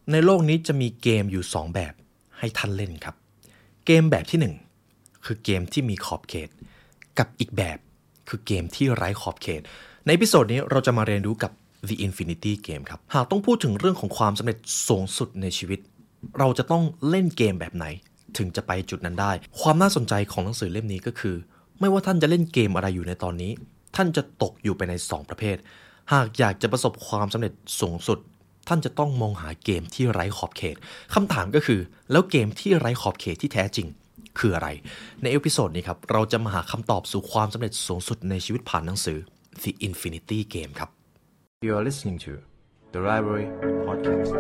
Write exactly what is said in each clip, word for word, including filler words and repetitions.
ในโลกนี้จะมีเกมอยู่สองแบบให้ท่านเล่นครับเกมแบบที่หนึ่งคือเกมที่มีขอบเขตกับอีกแบบคือเกมที่ไร้ขอบเขตในอีพิโซดนี้เราจะมาเรียนรู้กับ The Infinity Game ครับหากต้องพูดถึงเรื่องของความสำเร็จสูงสุดในชีวิตเราจะต้องเล่นเกมแบบไหนถึงจะไปจุดนั้นได้ความน่าสนใจของหนังสือเล่มนี้ก็คือไม่ว่าท่านจะเล่นเกมอะไรอยู่ในตอนนี้ท่านจะตกอยู่ไปในสองประเภทหากอยากจะประสบความสำเร็จสูงสุดท่านจะต้องมองหาเกมที่ไร้ขอบเขตคำถามก็คือแล้วเกมที่ไร้ขอบเขตที่แท้จริงคืออะไรในเอพิโซดนี้ครับเราจะมาหาคำตอบสู่ความสำเร็จสูงสุดในชีวิตผ่านหนังสือ The Infinity Game ครับ You are listening to The Library Podcast.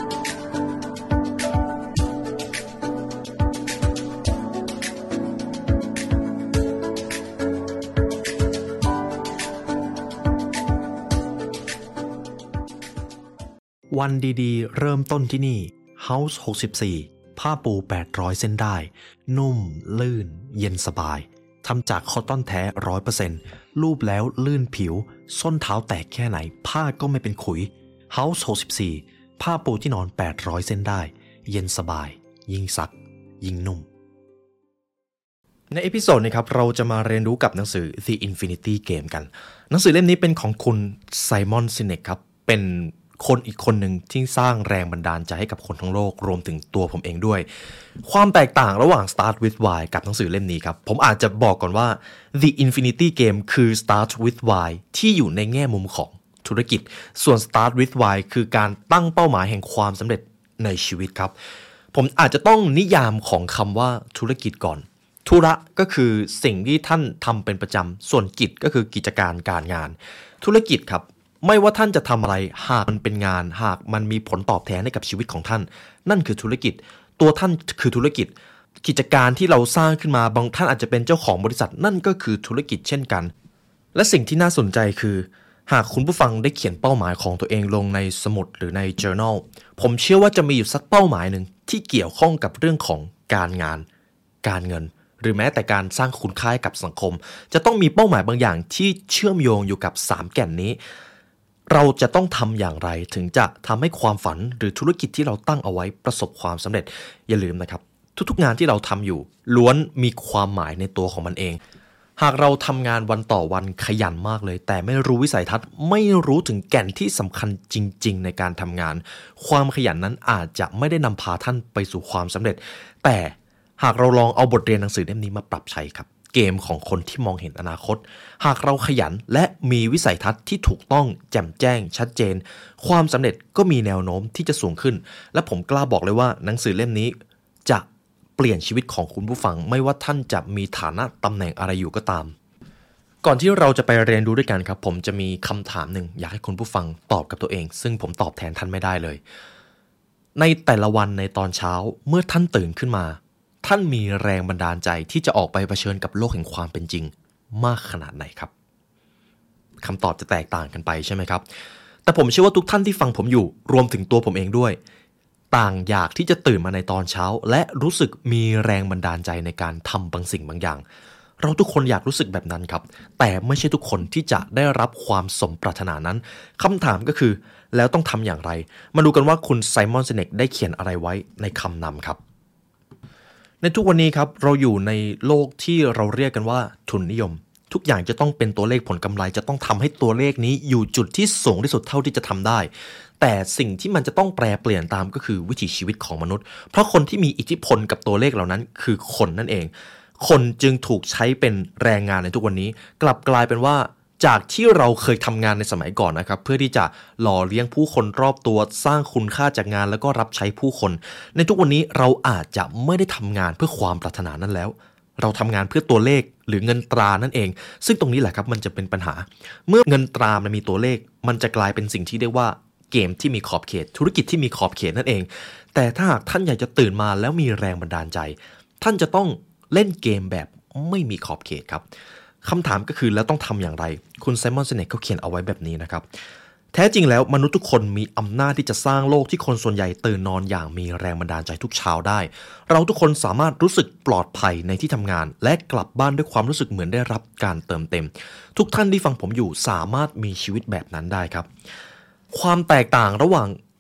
วันดีๆเริ่มต้นที่นี่ House หกสิบสี่ผ้าปูแปดร้อยเส้นได้นุ่มลื่นเย็นสบายทำจากคอตตอนแท้ ร้อยเปอร์เซ็นต์ ลูบแล้วลื่นผิวส้นเท้าแตกแค่ไหนผ้าก็ไม่เป็นขุย House หกสิบสี่ผ้าปูที่นอนแปดร้อยเส้นได้เย็นสบายยิ่งซักยิ่งนุ่มในเอพิโซดนี้ครับเราจะมาเรียนรู้กับหนังสือ The Infinity Game กันหนังสือเล่มนี้เป็นของคุณไซมอนซิเนกครับเป็นคนอีกคนหนึ่งที่สร้างแรงบันดาลใจให้กับคนทั้งโลกรวมถึงตัวผมเองด้วยความแตกต่างระหว่าง Start with Why กับหนังสือเล่มนี้ครับผมอาจจะบอกก่อนว่า The Infinity Game คือ Start with Why ที่อยู่ในแง่มุมของธุรกิจส่วน Start with Why คือการตั้งเป้าหมายแห่งความสำเร็จในชีวิตครับผมอาจจะต้องนิยามของคำว่าธุรกิจก่อนธุระก็คือสิ่งที่ท่านทำเป็นประจำส่วนกิจก็คือกิจการการงานธุรกิจครับไม่ว่าท่านจะทำอะไรหากมันเป็นงานหากมันมีผลตอบแทนให้กับชีวิตของท่านนั่นคือธุรกิจตัวท่านคือธุรกิจกิจการที่เราสร้างขึ้นมาบางท่านอาจจะเป็นเจ้าของบริษัทนั่นก็คือธุรกิจเช่นกันและสิ่งที่น่าสนใจคือหากคุณผู้ฟังได้เขียนเป้าหมายของตัวเองลงในสมุดหรือใน journal ผมเชื่อว่าจะมีอยู่สักเป้าหมายหนึ่งที่เกี่ยวข้องกับเรื่องของการงานการเงินหรือแม้แต่การสร้างคุณค่าให้กับสังคมจะต้องมีเป้าหมายบางอย่างที่เชื่อมโยงอยู่กับสามแก่นนี้เราจะต้องทำอย่างไรถึงจะทำให้ความฝันหรือธุรกิจที่เราตั้งเอาไว้ประสบความสำเร็จอย่าลืมนะครับทุกๆงานที่เราทำอยู่ล้วนมีความหมายในตัวของมันเองหากเราทำงานวันต่อวันขยันมากเลยแต่ไม่รู้วิสัยทัศน์ไม่รู้ถึงแก่นที่สำคัญจริงๆในการทำงานความขยันนั้นอาจจะไม่ได้นำพาท่านไปสู่ความสำเร็จแต่หากเราลองเอาบทเรียนหนังสือเล่มนี้มาปรับใช้ครับเกมของคนที่มองเห็นอนาคตหากเราขยันและมีวิสัยทัศน์ที่ถูกต้องแจ่มแจ้งชัดเจนความสำเร็จก็มีแนวโน้มที่จะสูงขึ้นและผมกล้าบอกเลยว่าหนังสือเล่มนี้จะเปลี่ยนชีวิตของคุณผู้ฟังไม่ว่าท่านจะมีฐานะตำแหน่งอะไรอยู่ก็ตามก่อนที่เราจะไปเรียนรู้ด้วยกันครับผมจะมีคำถามหนึ่งอยากให้คุณผู้ฟังตอบกับตัวเองซึ่งผมตอบแทนท่านไม่ได้เลยในแต่ละวันในตอนเช้าเมื่อท่านตื่นขึ้นมาท่านมีแรงบันดาลใจที่จะออกไปเผชิญกับโลกแห่งความเป็นจริงมากขนาดไหนครับคำตอบจะแตกต่างกันไปใช่ไหมครับแต่ผมเชื่อว่าทุกท่านที่ฟังผมอยู่รวมถึงตัวผมเองด้วยต่างอยากที่จะตื่นมาในตอนเช้าและรู้สึกมีแรงบันดาลใจในการทำบางสิ่งบางอย่างเราทุกคนอยากรู้สึกแบบนั้นครับแต่ไม่ใช่ทุกคนที่จะได้รับความสมปรารถนานั้นคำถามก็คือแล้วต้องทำอย่างไรมาดูกันว่าคุณไซมอนซิเนกได้เขียนอะไรไว้ในคำนำครับในทุกวันนี้ครับเราอยู่ในโลกที่เราเรียกกันว่าทุนนิยมทุกอย่างจะต้องเป็นตัวเลขผลกำไรจะต้องทำให้ตัวเลขนี้อยู่จุดที่สูงที่สุดเท่าที่จะทำได้แต่สิ่งที่มันจะต้องแปรเปลี่ยนตามก็คือวิถีชีวิตของมนุษย์เพราะคนที่มีอิทธิพลกับตัวเลขเหล่านั้นคือคนนั่นเองคนจึงถูกใช้เป็นแรงงานในทุกวันนี้กลับกลายเป็นว่าจากที่เราเคยทำงานในสมัยก่อนนะครับเพื่อที่จะหล่อเลี้ยงผู้คนรอบตัวสร้างคุณค่าจากงานแล้วก็รับใช้ผู้คนในทุกวันนี้เราอาจจะไม่ได้ทำงานเพื่อความปรารถนานั้นแล้วเราทำงานเพื่อตัวเลขหรือเงินตรานั่นเองซึ่งตรงนี้แหละครับมันจะเป็นปัญหาเมื่อเงินตรามันมีตัวเลขมันจะกลายเป็นสิ่งที่เรียกว่าเกมที่มีขอบเขตธุรกิจที่มีขอบเขตนั่นเองแต่ถ้าหากท่านอยากจะตื่นมาแล้วมีแรงบันดาลใจท่านจะต้องเล่นเกมแบบไม่มีขอบเขตครับคำถามก็คือแล้วต้องทำอย่างไรคุณไซมอนซิเนกเขาเขียนเอาไว้แบบนี้นะครับแท้จริงแล้วมนุษย์ทุกคนมีอำนาจที่จะสร้างโลกที่คนส่วนใหญ่ตื่นนอนอย่างมีแรงบันดาลใจทุกเช้าได้เราทุกคนสามารถรู้สึกปลอดภัยในที่ทำงานและกลับบ้านด้วยความรู้สึกเหมือนได้รับการเติมเต็มทุกท่านที่ฟังผมอยู่สามารถมีชีวิตแบบนั้นได้ครับความแตกต่างระหว่าง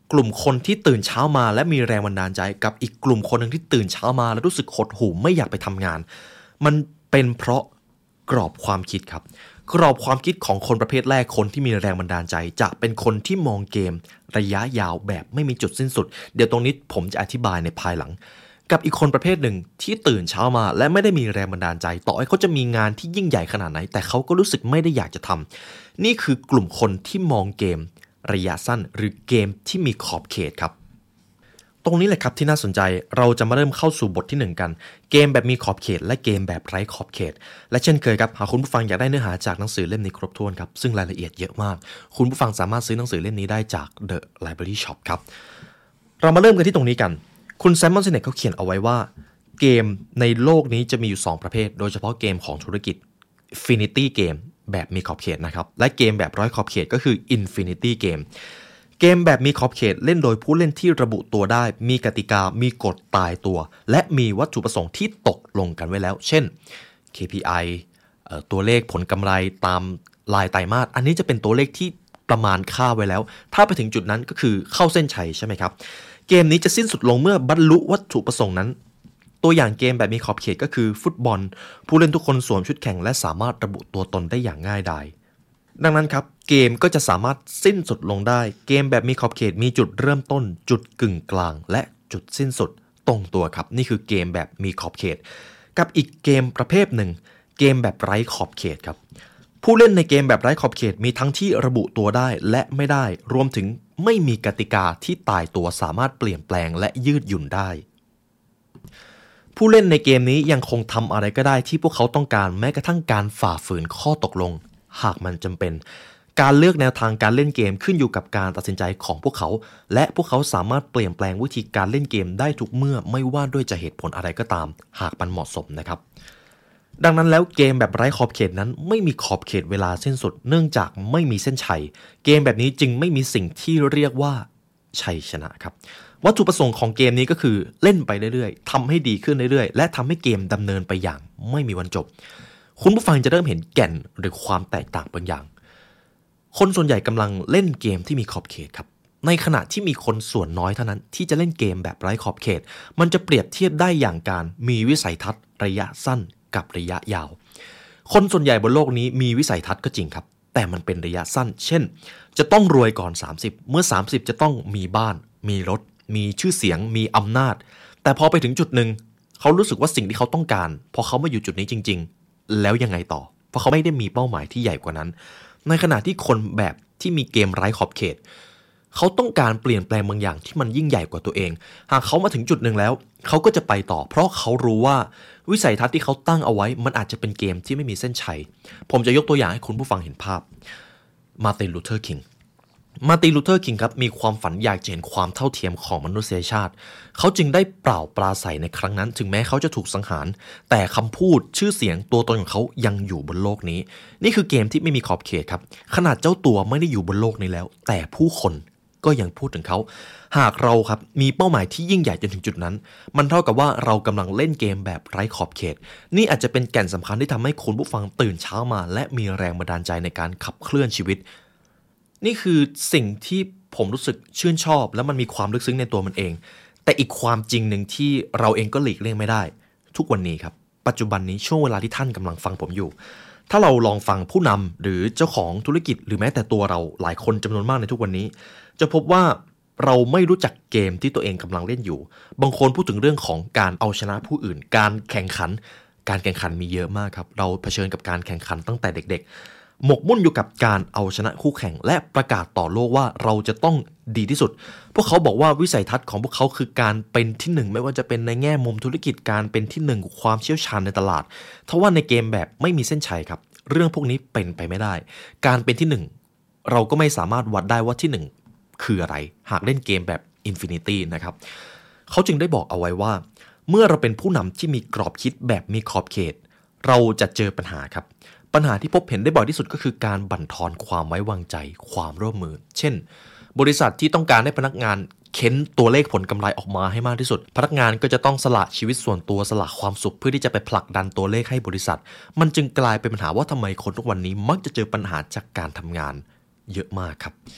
กลุ่มคนที่ตื่นเช้ามาและมีแรงบันดาลใจกับอีกกลุ่มคนนึงที่ตื่นเช้ามาแล้วรู้สึกหดหู่ไม่อยากไปทำงานมันเป็นเพราะกรอบความคิดครับกรอบความคิดของคนประเภทแรกคนที่มีแรงบันดาลใจจะเป็นคนที่มองเกมระยะยาวแบบไม่มีจุดสิ้นสุดเดี๋ยวตรงนี้ผมจะอธิบายในภายหลังกับอีกคนประเภทหนึ่งที่ตื่นเช้ามาและไม่ได้มีแรงบันดาลใจต่อให้เขาจะมีงานที่ยิ่งใหญ่ขนาดไหนแต่เขาก็รู้สึกไม่ได้อยากจะทำนี่คือกลุ่มคนที่มองเกมระยะสั้นหรือเกมที่มีขอบเขตครับตรงนี้แหละครับที่น่าสนใจเราจะมาเริ่มเข้าสู่บทที่หนึ่งกันเกมแบบมีขอบเขตและเกมแบบไร้ขอบเขตและเช่นเคยครับหากคุณผู้ฟังอยากได้เนื้อหาจากหนังสือเล่มนี้ครบถ้วนครับซึ่งรายละเอียดเยอะมากคุณผู้ฟังสามารถซื้อหนังสือเล่มนี้ได้จาก The Library Shop ครับเรามาเริ่มกันที่ตรงนี้กันคุณแซมมอนซิเนตเขาเขียนเอาไว้ว่าเกมในโลกนี้จะมีอยู่สองประเภทโดยเฉพาะเกมของธุรกิจ Infinity Game แบบมีขอบเขตนะครับและเกมแบบไร้ขอบเขตก็คือ Infinity Gameเกมแบบมีขอบเขตเล่นโดยผู้เล่นที่ระบุตัวได้มีกติกามีกฎตายตัวและมีวัตถุประสงค์ที่ตกลงกันไว้แล้วเช่น เค พี ไอ เอ่อตัวเลขผลกำไรตามรายไตรมาสอันนี้จะเป็นตัวเลขที่ประมาณค่าไว้แล้วถ้าไปถึงจุดนั้นก็คือเข้าเส้นชัยใช่ไหมครับเกมนี้จะสิ้นสุดลงเมื่อบรรลุวัตถุประสงค์นั้นตัวอย่างเกมแบบมีขอบเขตก็คือฟุตบอลผู้เล่นทุกคนสวมชุดแข่งและสามารถระบุตัวตนได้อย่างง่ายดายดังนั้นครับเกมก็จะสามารถสิ้นสุดลงได้เกมแบบมีขอบเขตมีจุดเริ่มต้นจุดกึ่งกลางและจุดสิ้นสุดตรงตัวครับนี่คือเกมแบบมีขอบเขตกับอีกเกมประเภทหนึ่งเกมแบบไร้ขอบเขตครับผู้เล่นในเกมแบบไร้ขอบเขตมีทั้งที่ระบุตัวได้และไม่ได้รวมถึงไม่มีกติกาที่ตายตัวสามารถเปลี่ยนแปลงและยืดหยุ่นได้ผู้เล่นในเกมนี้ยังคงทำอะไรก็ได้ที่พวกเขาต้องการแม้กระทั่งการฝ่าฝืนข้อตกลงหากมันจำเป็นการเลือกแนวทางการเล่นเกมขึ้นอยู่กับการตัดสินใจของพวกเขาและพวกเขาสามารถเปลี่ยนแปลงวิธีการเล่นเกมได้ทุกเมื่อไม่ว่าด้วยจะเหตุผลอะไรก็ตามหากมันเหมาะสมนะครับดังนั้นแล้วเกมแบบไร้ขอบเขตนั้นไม่มีขอบเขตเวลาสิ้นสุดเนื่องจากไม่มีเส้นชัยเกมแบบนี้จึงไม่มีสิ่งที่เรียกว่าชัยชนะครับวัตถุประสงค์ของเกมนี้ก็คือเล่นไปเรื่อยๆทำให้ดีขึ้นเรื่อยๆและทำให้เกมดำเนินไปอย่างไม่มีวันจบคุณผู้ฟังจะเริ่มเห็นแก่นหรือความแตกต่างบางอย่างคนส่วนใหญ่กำลังเล่นเกมที่มีขอบเขตครับในขณะที่มีคนส่วนน้อยเท่านั้นที่จะเล่นเกมแบบไร้ขอบเขตมันจะเปรียบเทียบได้อย่างการมีวิสัยทัศน์ระยะสั้นกับระยะยาวคนส่วนใหญ่บนโลกนี้มีวิสัยทัศน์ก็จริงครับแต่มันเป็นระยะสั้นเช่นจะต้องรวยก่อนสามสิบเมื่อสามสิบจะต้องมีบ้านมีรถมีชื่อเสียงมีอำนาจแต่พอไปถึงจุดหนึ่งเขารู้สึกว่าสิ่งที่เขาต้องการพอเขามาอยู่จุดนี้จริงๆแล้วยังไงต่อเพราะเขาไม่ได้มีเป้าหมายที่ใหญ่กว่านั้นในขณะที่คนแบบที่มีเกมไร้ขอบเขตเขาต้องการเปลี่ยนแปลงบางอย่างที่มันยิ่งใหญ่กว่าตัวเองหากเขามาถึงจุดหนึ่งแล้วเขาก็จะไปต่อเพราะเขารู้ว่าวิสัยทัศน์ที่เขาตั้งเอาไว้มันอาจจะเป็นเกมที่ไม่มีเส้นชัยผมจะยกตัวอย่างให้คุณผู้ฟังเห็นภาพมาร์ติน ลูเทอร์ คิงมาร์ติน ลูเทอร์ คิงครับมีความฝันอยากจะเห็นความเท่าเทียมของมนุษยชาติเขาจึงได้เปล่าปราศัยในครั้งนั้นถึงแม้เขาจะถูกสังหารแต่คำพูดชื่อเสียงตัวตนของเขายังอยู่บนโลกนี้นี่คือเกมที่ไม่มีขอบเขตครับขนาดเจ้าตัวไม่ได้อยู่บนโลกนี้แล้วแต่ผู้คนก็ยังพูดถึงเขาหากเราครับมีเป้าหมายที่ยิ่งใหญ่จนถึงจุดนั้นมันเท่ากับว่าเรากำลังเล่นเกมแบบไร้ขอบเขตนี่อาจจะเป็นแก่นสำคัญที่ทำให้คุณผู้ฟังตื่นเช้ามาและมีแรงบันดาลใจในการขับเคลื่อนชีวิตนี่คือสิ่งที่ผมรู้สึกชื่นชอบและมันมีความลึกซึ้งในตัวมันเองแต่อีกความจริงหนึ่งที่เราเองก็หลีกเลี่ยงไม่ได้ทุกวันนี้ครับปัจจุบันนี้ช่วงเวลาที่ท่านกำลังฟังผมอยู่ถ้าเราลองฟังผู้นำหรือเจ้าของธุรกิจหรือแม้แต่ตัวเราหลายคนจำนวนมากในทุกวันนี้จะพบว่าเราไม่รู้จักเกมที่ตัวเองกำลังเล่นอยู่บางคนพูดถึงเรื่องของการเอาชนะผู้อื่นการแข่งขันการแข่งขันมีเยอะมากครับเราเผชิญกับการแข่งขันตั้งแต่เด็กๆหมกมุ่นอยู่กับการเอาชนะคู่แข่งและประกาศต่อโลกว่าเราจะต้องดีที่สุดพวกเขาบอกว่าวิสัยทัศน์ของพวกเขาคือการเป็นที่หนึ่งไม่ว่าจะเป็นในแง่มุมธุรกิจการเป็นที่หนึ่งความเชี่ยวชาญในตลาดทว่าในเกมแบบไม่มีเส้นชัยครับเรื่องพวกนี้เป็นไปไม่ได้การเป็นที่หนึ่งเราก็ไม่สามารถวัดได้ว่าที่หนึ่งคืออะไรหากเล่นเกมแบบ Infinity นะครับเขาจึงได้บอกเอาไว้ว่าเมื่อเราเป็นผู้นำที่มีกรอบคิดแบบมีขอบเขตเราจะเจอปัญหาครับปัญหาที่พบเห็นได้บ่อยที่สุดก็คือการบั่นทอนความไว้วางใจความร่วมมือเช่นบริษัทที่ต้องการให้พนักงานเค้นตัวเลขผลกำไรออกมาให้มากที่สุดพนักงานก็จะต้องสละชีวิตส่วนตัวสละความสุขเพื่อที่จะไปผลักดันตัวเลขให้บริษัทมันจึงกลายเป็นปัญหาว่าทำไมคนทุกวันนี้มักจะเจอปัญหาจากการทำงานเยอะมากครับ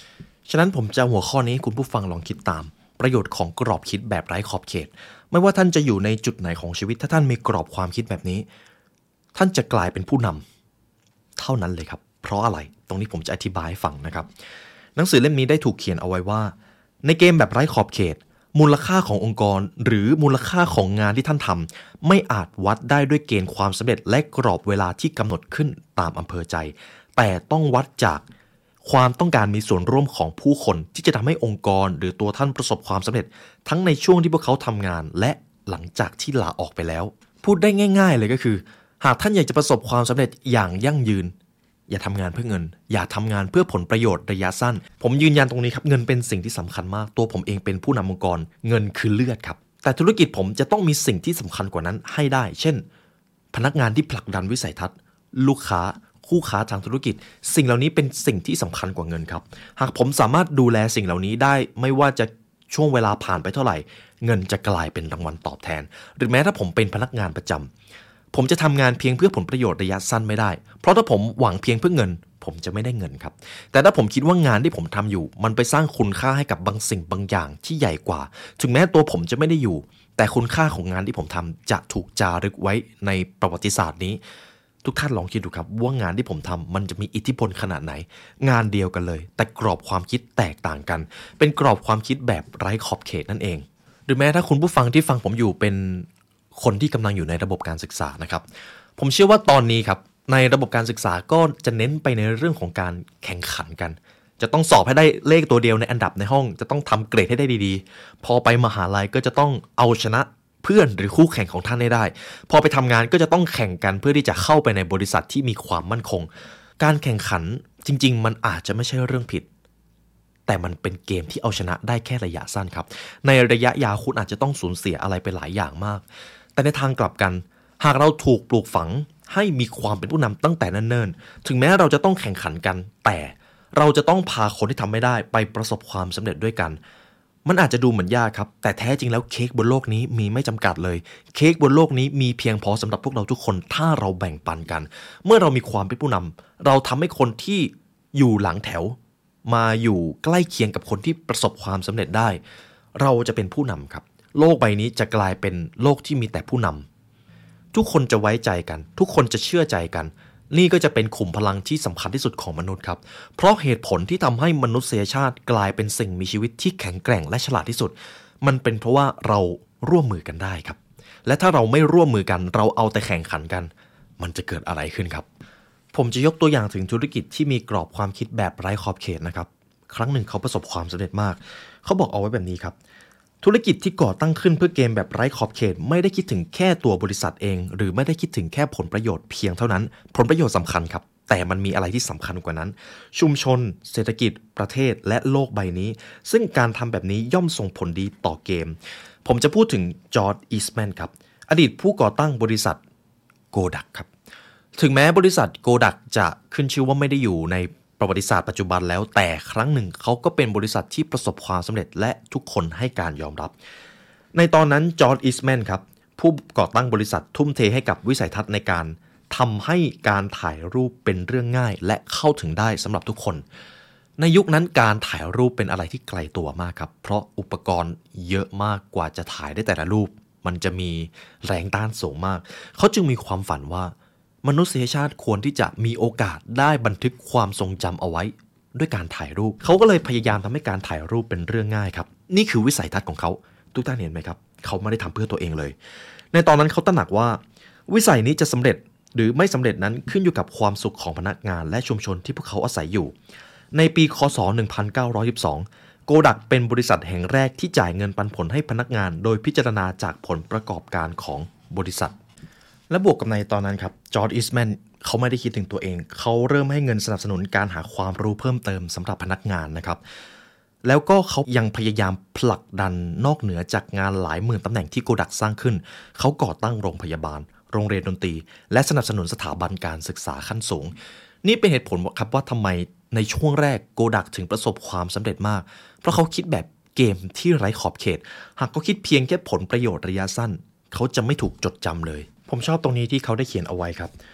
ฉะนั้นผมจะหัวข้อนี้คุณผู้ฟังลองคิดตามประโยชน์ของกรอบคิดแบบไร้ขอบเขตไม่ว่าท่านจะอยู่ในจุดไหนของชีวิตถ้าท่านมีกรอบความคิดแบบนี้ท่านจะกลายเป็นผู้นำเท่านั้นเลยครับเพราะอะไรตรงนี้ผมจะอธิบายให้ฟังนะครับหนังสือเล่มนี้ได้ถูกเขียนเอาไว้ว่าในเกมแบบไร้ขอบเขตมูลค่าขององค์กรหรือมูลค่าของงานที่ท่านทำไม่อาจวัดได้ด้วยเกณฑ์ความสำเร็จและกรอบเวลาที่กำหนดขึ้นตามอำเภอใจแต่ต้องวัดจากความต้องการมีส่วนร่วมของผู้คนที่จะทำให้องค์กรหรือตัวท่านประสบความสำเร็จทั้งในช่วงที่พวกเขาทำงานและหลังจากที่ลาออกไปแล้วพูดได้ง่ายๆเลยก็คือหากท่านอยากจะประสบความสำเร็จอย่างยั่งยืนอย่าทำงานเพื่อเงินอย่าทำงานเพื่อผลประโยชน์ระยะสั้นผมยืนยันตรงนี้ครับเงินเป็นสิ่งที่สำคัญมากตัวผมเองเป็นผู้นำองค์กรเงินคือเลือดครับแต่ธุรกิจผมจะต้องมีสิ่งที่สำคัญกว่านั้นให้ได้เช่นพนักงานที่ผลักดันวิสัยทัศน์ลูกค้าคู่ค้าทางธุรกิจสิ่งเหล่านี้เป็นสิ่งที่สำคัญกว่าเงินครับหากผมสามารถดูแลสิ่งเหล่านี้ได้ไม่ว่าจะช่วงเวลาผ่านไปเท่าไหร่เงินจะกลายเป็นรางวัลตอบแทนหรือแม้ถ้าผมเป็นพนักงานประจำผมจะทำงานเพียงเพื่อผลประโยชน์ระยะสั้นไม่ได้เพราะถ้าผมหวังเพียงเพื่อเงินผมจะไม่ได้เงินครับแต่ถ้าผมคิดว่างานที่ผมทำอยู่มันไปสร้างคุณค่าให้กับบางสิ่งบางอย่างที่ใหญ่กว่าถึงแม้ตัวผมจะไม่ได้อยู่แต่คุณค่าของงานที่ผมทำจะถูกจารึกไว้ในประวัติศาสตร์นี้ทุกท่านลองคิดดูครับว่างานที่ผมทำมันจะมีอิทธิพลขนาดไหนงานเดียวกันเลยแต่กรอบความคิดแตกต่างกันเป็นกรอบความคิดแบบไร้ขอบเขตนั่นเองหรือแม้ถ้าคุณผู้ฟังที่ฟังผมอยู่เป็นคนที่กำลังอยู่ในระบบการศึกษานะครับผมเชื่อว่าตอนนี้ครับในระบบการศึกษาก็จะเน้นไปในเรื่องของการแข่งขันกันจะต้องสอบให้ได้เลขตัวเดียวในอันดับในห้องจะต้องทำเกรดให้ได้ดีๆพอไปมหาลัยก็จะต้องเอาชนะเพื่อนหรือคู่แข่งของท่านให้ได้พอไปทำงานก็จะต้องแข่งกันเพื่อที่จะเข้าไปในบริษัทที่มีความมั่นคงการแข่งขันจริงๆมันอาจจะไม่ใช่เรื่องผิดแต่มันเป็นเกมที่เอาชนะได้แค่ระยะสั้นครับในระยะยาวคุณอาจจะต้องสูญเสียอะไรไปหลายอย่างมากแต่ในทางกลับกันหากเราถูกปลูกฝังให้มีความเป็นผู้นำตั้งแต่เนิ่นๆถึงแม้เราจะต้องแข่งขันกันแต่เราจะต้องพาคนที่ทำไม่ได้ไปประสบความสำเร็จด้วยกันมันอาจจะดูเหมือนยากครับแต่แท้จริงแล้วเค้กบนโลกนี้มีไม่จำกัดเลยเค้กบนโลกนี้มีเพียงพอสำหรับพวกเราทุกคนถ้าเราแบ่งปันกันเมื่อเรามีความเป็นผู้นำเราทำให้คนที่อยู่หลังแถวมาอยู่ใกล้เคียงกับคนที่ประสบความสำเร็จได้เราจะเป็นผู้นำครับโลกใบนี้จะกลายเป็นโลกที่มีแต่ผู้นำทุกคนจะไว้ใจกันทุกคนจะเชื่อใจกันนี่ก็จะเป็นขุมพลังที่สำคัญที่สุดของมนุษย์ครับเพราะเหตุผลที่ทำให้มนุษยชาติกลายเป็นสิ่งมีชีวิตที่แข็งแกร่งและฉลาดที่สุดมันเป็นเพราะว่าเราร่วมมือกันได้ครับและถ้าเราไม่ร่วมมือกันเราเอาแต่แข่งขันกันมันจะเกิดอะไรขึ้นครับผมจะยกตัวอย่างถึงธุรกิจที่มีกรอบความคิดแบบไร้ขอบเขตนะครับครั้งหนึ่งเขาประสบความสำเร็จมากเขาบอกเอาไว้แบบนี้ครับธุรกิจที่ก่อตั้งขึ้นเพื่อเกมแบบไร้ขอบเขตไม่ได้คิดถึงแค่ตัวบริษัทเองหรือไม่ได้คิดถึงแค่ผลประโยชน์เพียงเท่านั้นผลประโยชน์สำคัญครับแต่มันมีอะไรที่สำคัญกว่านั้นชุมชนเศรษฐกิจประเทศและโลกใบนี้ซึ่งการทำแบบนี้ย่อมส่งผลดีต่อเกมผมจะพูดถึงจอร์จอีสแมนครับอดีตผู้ก่อตั้งบริษัทโกดักครับถึงแม้บริษัทโกดักจะขึ้นชื่อว่าไม่ได้อยู่ในประวัติศาสตร์ปัจจุบันแล้วแต่ครั้งหนึ่งเขาก็เป็นบริษัทที่ประสบความสำเร็จและทุกคนให้การยอมรับในตอนนั้นจอร์จอีสแมนครับผู้ก่อตั้งบริษัททุ่มเทให้กับวิสัยทัศน์ในการทำให้การถ่ายรูปเป็นเรื่องง่ายและเข้าถึงได้สำหรับทุกคนในยุคนั้นการถ่ายรูปเป็นอะไรที่ไกลตัวมากครับเพราะอุปกรณ์เยอะมากกว่าจะถ่ายได้แต่ละรูปมันจะมีแรงต้านสูงมากเขาจึงมีความฝันว่ามนุษยชาติควรที่จะมีโอกาสได้บันทึกความทรงจำเอาไว้ด้วยการถ่ายรูปเขาก็เลยพยายามทำให้การถ่ายรูปเป็นเรื่องง่ายครับนี่คือวิสัยทัศน์ของเขาทุกท่านเห็นไหมครับเขาไม่ได้ทำเพื่อตัวเองเลยในตอนนั้นเขาตระหนักว่าวิสัยนี้จะสำเร็จหรือไม่สำเร็จนั้นขึ้นอยู่กับความสุขของพนักงานและชุมชนที่พวกเขาอาศัยอยู่ในปีค.ศ. หนึ่งพันเก้าร้อยสิบสองโกดักเป็นบริษัทแห่งแรกที่จ่ายเงินปันผลให้พนักงานโดยพิจารณาจากผลประกอบการของบริษัทและบวกกับในตอนนั้นครับจอร์จอีสแมนเขาไม่ได้คิดถึงตัวเองเขาเริ่มให้เงินสนับสนุนการหาความรู้เพิ่มเติมสำหรับพนักงานนะครับแล้วก็เขายังพยายามผลักดันนอกเหนือจากงานหลายหมื่นตำแหน่งที่โกดักสร้างขึ้นเขาก่อตั้งโรงพยาบาลโรงเรียนดนตรีและสนับสนุนสถาบันการศึกษาขั้นสูงนี่เป็นเหตุผลครับว่าทำไมในช่วงแรกโกดักถึงประสบความสำเร็จมากเพราะเขาคิดแบบเกมที่ไร้ขอบเขตหากเขาคิดเพียงแค่ผลประโยชน์ระยะสั้นเขาจะไม่ถูกจดจำเลยผมชอบตรงนี้ที่เขาได้เขียนเอาไว้ครับเ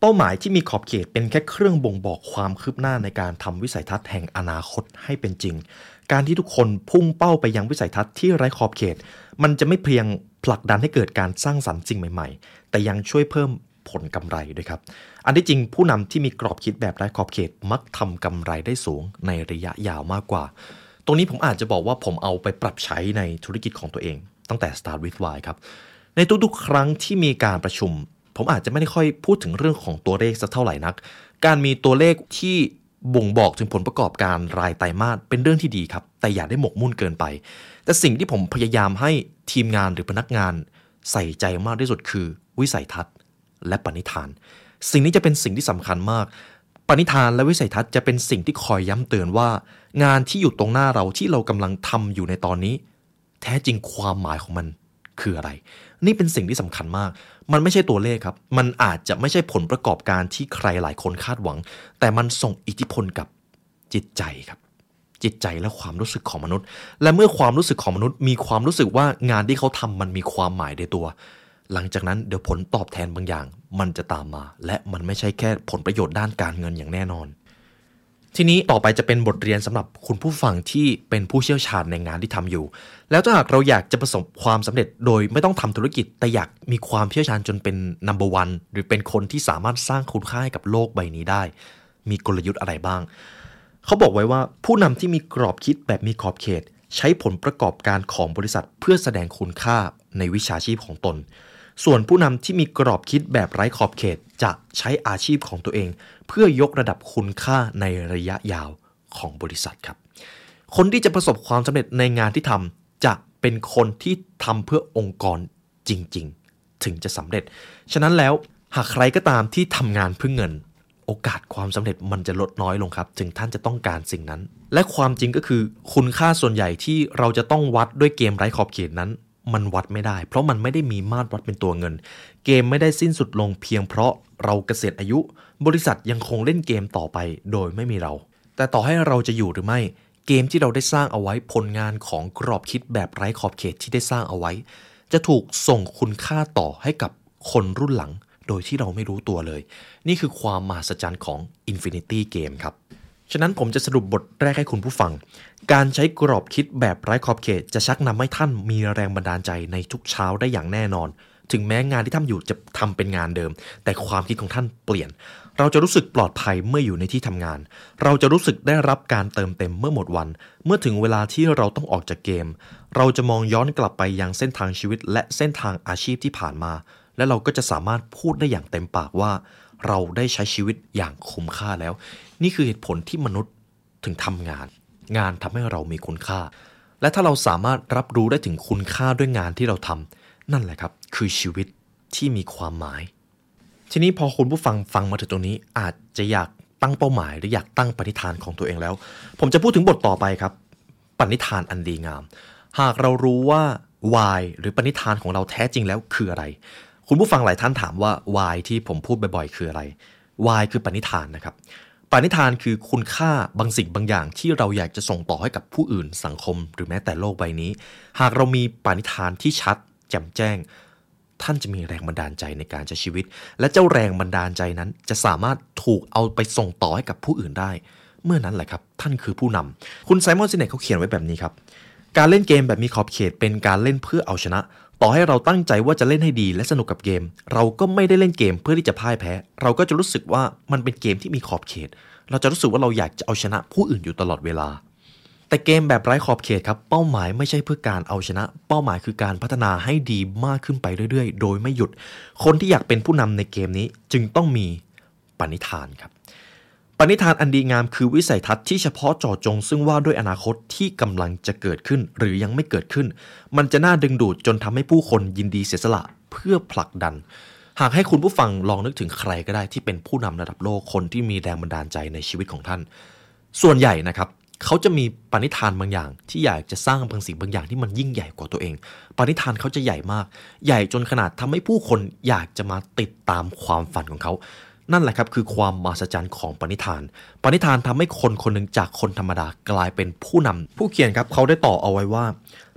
ป้าหมายที่มีขอบเขตเป็นแค่เครื่องบ่งบอกความคืบหน้าในการทำวิสัยทัศน์แห่งอนาคตให้เป็นจริงการที่ทุกคนพุ่งเป้าไปยังวิสัยทัศน์ที่ไร้ขอบเขตมันจะไม่เพียงผลักดันให้เกิดการสร้างสรรค์สิ่งใหม่ๆแต่ยังช่วยเพิ่มผลกำไรด้วยครับอันที่จริงผู้นำที่มีกรอบคิดแบบไร้ขอบเขตมักทำกำไรได้สูงในระยะยาวมากกว่าตรงนี้ผมอาจจะบอกว่าผมเอาไปปรับใช้ในธุรกิจของตัวเองตั้งแต่ Start with Why ครับในทุกๆครั้งที่มีการประชุมผมอาจจะไม่ได้ค่อยพูดถึงเรื่องของตัวเลขสักเท่าไหร่นักการมีตัวเลขที่บ่งบอกถึงผลประกอบการรายไตรมาสเป็นเรื่องที่ดีครับแต่อย่าได้หมกมุ่นเกินไปแต่สิ่งที่ผมพยายามให้ทีมงานหรือพนักงานใส่ใจมากที่สุดคือวิสัยทัศน์และปณิธานสิ่งนี้จะเป็นสิ่งที่สำคัญมากปณิธานและวิสัยทัศน์จะเป็นสิ่งที่คอยย้ำเตือนว่างานที่อยู่ตรงหน้าเราที่เรากำลังทำอยู่ในตอนนี้แท้จริงความหมายของมันคืออะไรนี่เป็นสิ่งที่สำคัญมากมันไม่ใช่ตัวเลขครับมันอาจจะไม่ใช่ผลประกอบการที่ใครหลายคนคาดหวังแต่มันส่งอิทธิพลกับจิตใจครับจิตใจและความรู้สึกของมนุษย์และเมื่อความรู้สึกของมนุษย์มีความรู้สึกว่างานที่เขาทำมันมีความหมายในตัวหลังจากนั้นเดี๋ยวผลตอบแทนบางอย่างมันจะตามมาและมันไม่ใช่แค่ผลประโยชน์ด้านการเงินอย่างแน่นอนทีนี้ต่อไปจะเป็นบทเรียนสำหรับคุณผู้ฟังที่เป็นผู้เชี่ยวชาญในงานที่ทำอยู่แล้วถ้าหากเราอยากจะประสบความสำเร็จโดยไม่ต้องทำธุรกิจแต่อยากมีความเชี่ยวชาญจนเป็น นัมเบอร์ วัน หรือเป็นคนที่สามารถสร้างคุณค่าให้กับโลกใบนี้ได้มีกลยุทธ์อะไรบ้างเขาบอกไว้ว่าผู้นำที่มีกรอบคิดแบบมีขอบเขตใช้ผลประกอบการของบริษัทเพื่อแสดงคุณค่าในวิชาชีพของตนส่วนผู้นำที่มีกรอบคิดแบบไร้ขอบเขตจะใช้อาชีพของตัวเองเพื่อยกระดับคุณค่าในระยะยาวของบริษัทครับคนที่จะประสบความสำเร็จในงานที่ทำจะเป็นคนที่ทำเพื่อองค์กรจริงๆถึงจะสำเร็จฉะนั้นแล้วหากใครก็ตามที่ทำงานเพื่อเงินโอกาสความสำเร็จมันจะลดน้อยลงครับถึงท่านจะต้องการสิ่งนั้นและความจริงก็คือคุณค่าส่วนใหญ่ที่เราจะต้องวัดด้วยเกมไร้ขอบเขตนั้นมันวัดไม่ได้เพราะมันไม่ได้มีมาตรวัดเป็นตัวเงินเกมไม่ได้สิ้นสุดลงเพียงเพราะเราเกษียณอายุบริษัทยังคงเล่นเกมต่อไปโดยไม่มีเราแต่ต่อให้เราจะอยู่หรือไม่เกมที่เราได้สร้างเอาไว้ผลงานของกรอบคิดแบบไร้ขอบเขตที่ได้สร้างเอาไว้จะถูกส่งคุณค่าต่อให้กับคนรุ่นหลังโดยที่เราไม่รู้ตัวเลยนี่คือความมหัศจรรย์ของ Infinity Game ครับฉะนั้นผมจะสรุปบทแรกให้คุณผู้ฟังการใช้กรอบคิดแบบไร้ขอบเขตจะชักนำให้ท่านมีแรงบันดาลใจในทุกเช้าได้อย่างแน่นอนถึงแม้งานที่ทำอยู่จะทำเป็นงานเดิมแต่ความคิดของท่านเปลี่ยนเราจะรู้สึกปลอดภัยเมื่ออยู่ในที่ทำงานเราจะรู้สึกได้รับการเติมเต็มเมื่อหมดวันเมื่อถึงเวลาที่เราต้องออกจากเกมเราจะมองย้อนกลับไปยังเส้นทางชีวิตและเส้นทางอาชีพที่ผ่านมาและเราก็จะสามารถพูดได้อย่างเต็มปากว่าเราได้ใช้ชีวิตอย่างคุ้มค่าแล้วนี่คือเหตุผลที่มนุษย์ถึงทำงานงานทำให้เรามีคุณค่าและถ้าเราสามารถรับรู้ได้ถึงคุณค่าด้วยงานที่เราทำนั่นแหละครับคือชีวิตที่มีความหมายทีนี้พอคุณผู้ฟังฟังมาถึงตรงนี้อาจจะอยากตั้งเป้าหมายหรืออยากตั้งปณิธานของตัวเองแล้วผมจะพูดถึงบทต่อไปครับปณิธานอันดีงามหากเรารู้ว่า why หรือปณิธานของเราแท้จริงแล้วคืออะไรคุณผู้ฟังหลายท่านถามว่า why ที่ผมพูดบ่อยๆคืออะไร why คือปณิธานนะครับปณิธานคือคุณค่าบางสิ่งบางอย่างที่เราอยากจะส่งต่อให้กับผู้อื่นสังคมหรือแม้แต่โลกใบนี้หากเรามีปณิธานที่ชัดแจ่มแจ้งท่านจะมีแรงบันดาลใจในการใช้ชีวิตและเจ้าแรงบันดาลใจนั้นจะสามารถถูกเอาไปส่งต่อให้กับผู้อื่นได้เมื่อนั้นแหละครับท่านคือผู้นำคุณไซมอนซิเนกเขาเขียนไว้แบบนี้ครับการเล่นเกมแบบมีขอบเขตเป็นการเล่นเพื่อเอาชนะต่อให้เราตั้งใจว่าจะเล่นให้ดีและสนุกกับเกมเราก็ไม่ได้เล่นเกมเพื่อที่จะพ่ายแพ้เราก็จะรู้สึกว่ามันเป็นเกมที่มีขอบเขตเราจะรู้สึกว่าเราอยากจะเอาชนะผู้อื่นอยู่ตลอดเวลาแต่เกมแบบไร้ขอบเขตครับเป้าหมายไม่ใช่เพื่อการเอาชนะเป้าหมายคือการพัฒนาให้ดีมากขึ้นไปเรื่อยๆโดยไม่หยุดคนที่อยากเป็นผู้นำในเกมนี้จึงต้องมีปณิธานครับปณิธานอันดีงามคือวิสัยทัศน์ที่เฉพาะเจาะจงซึ่งว่าด้วยอนาคตที่กำลังจะเกิดขึ้นหรือยังไม่เกิดขึ้นมันจะน่าดึงดูดจนทำให้ผู้คนยินดีเสียสละเพื่อผลักดันหากให้คุณผู้ฟังลองนึกถึงใครก็ได้ที่เป็นผู้นำระดับโลกคนที่มีแรงบันดาลใจในชีวิตของท่านส่วนใหญ่นะครับเขาจะมีปณิธานบางอย่างที่อยากจะสร้างบางสิ่งบางอย่างที่มันยิ่งใหญ่กว่าตัวเองปณิธานเขาจะใหญ่มากใหญ่จนขนาดทำให้ผู้คนอยากจะมาติดตามความฝันของเขานั่นแหละครับคือความมหัศจรรย์ของปณิธานปณิธานทำให้คนคนหนึ่งจากคนธรรมดากลายเป็นผู้นำผู้เขียนครับเขาได้ต่อเอาไว้ว่า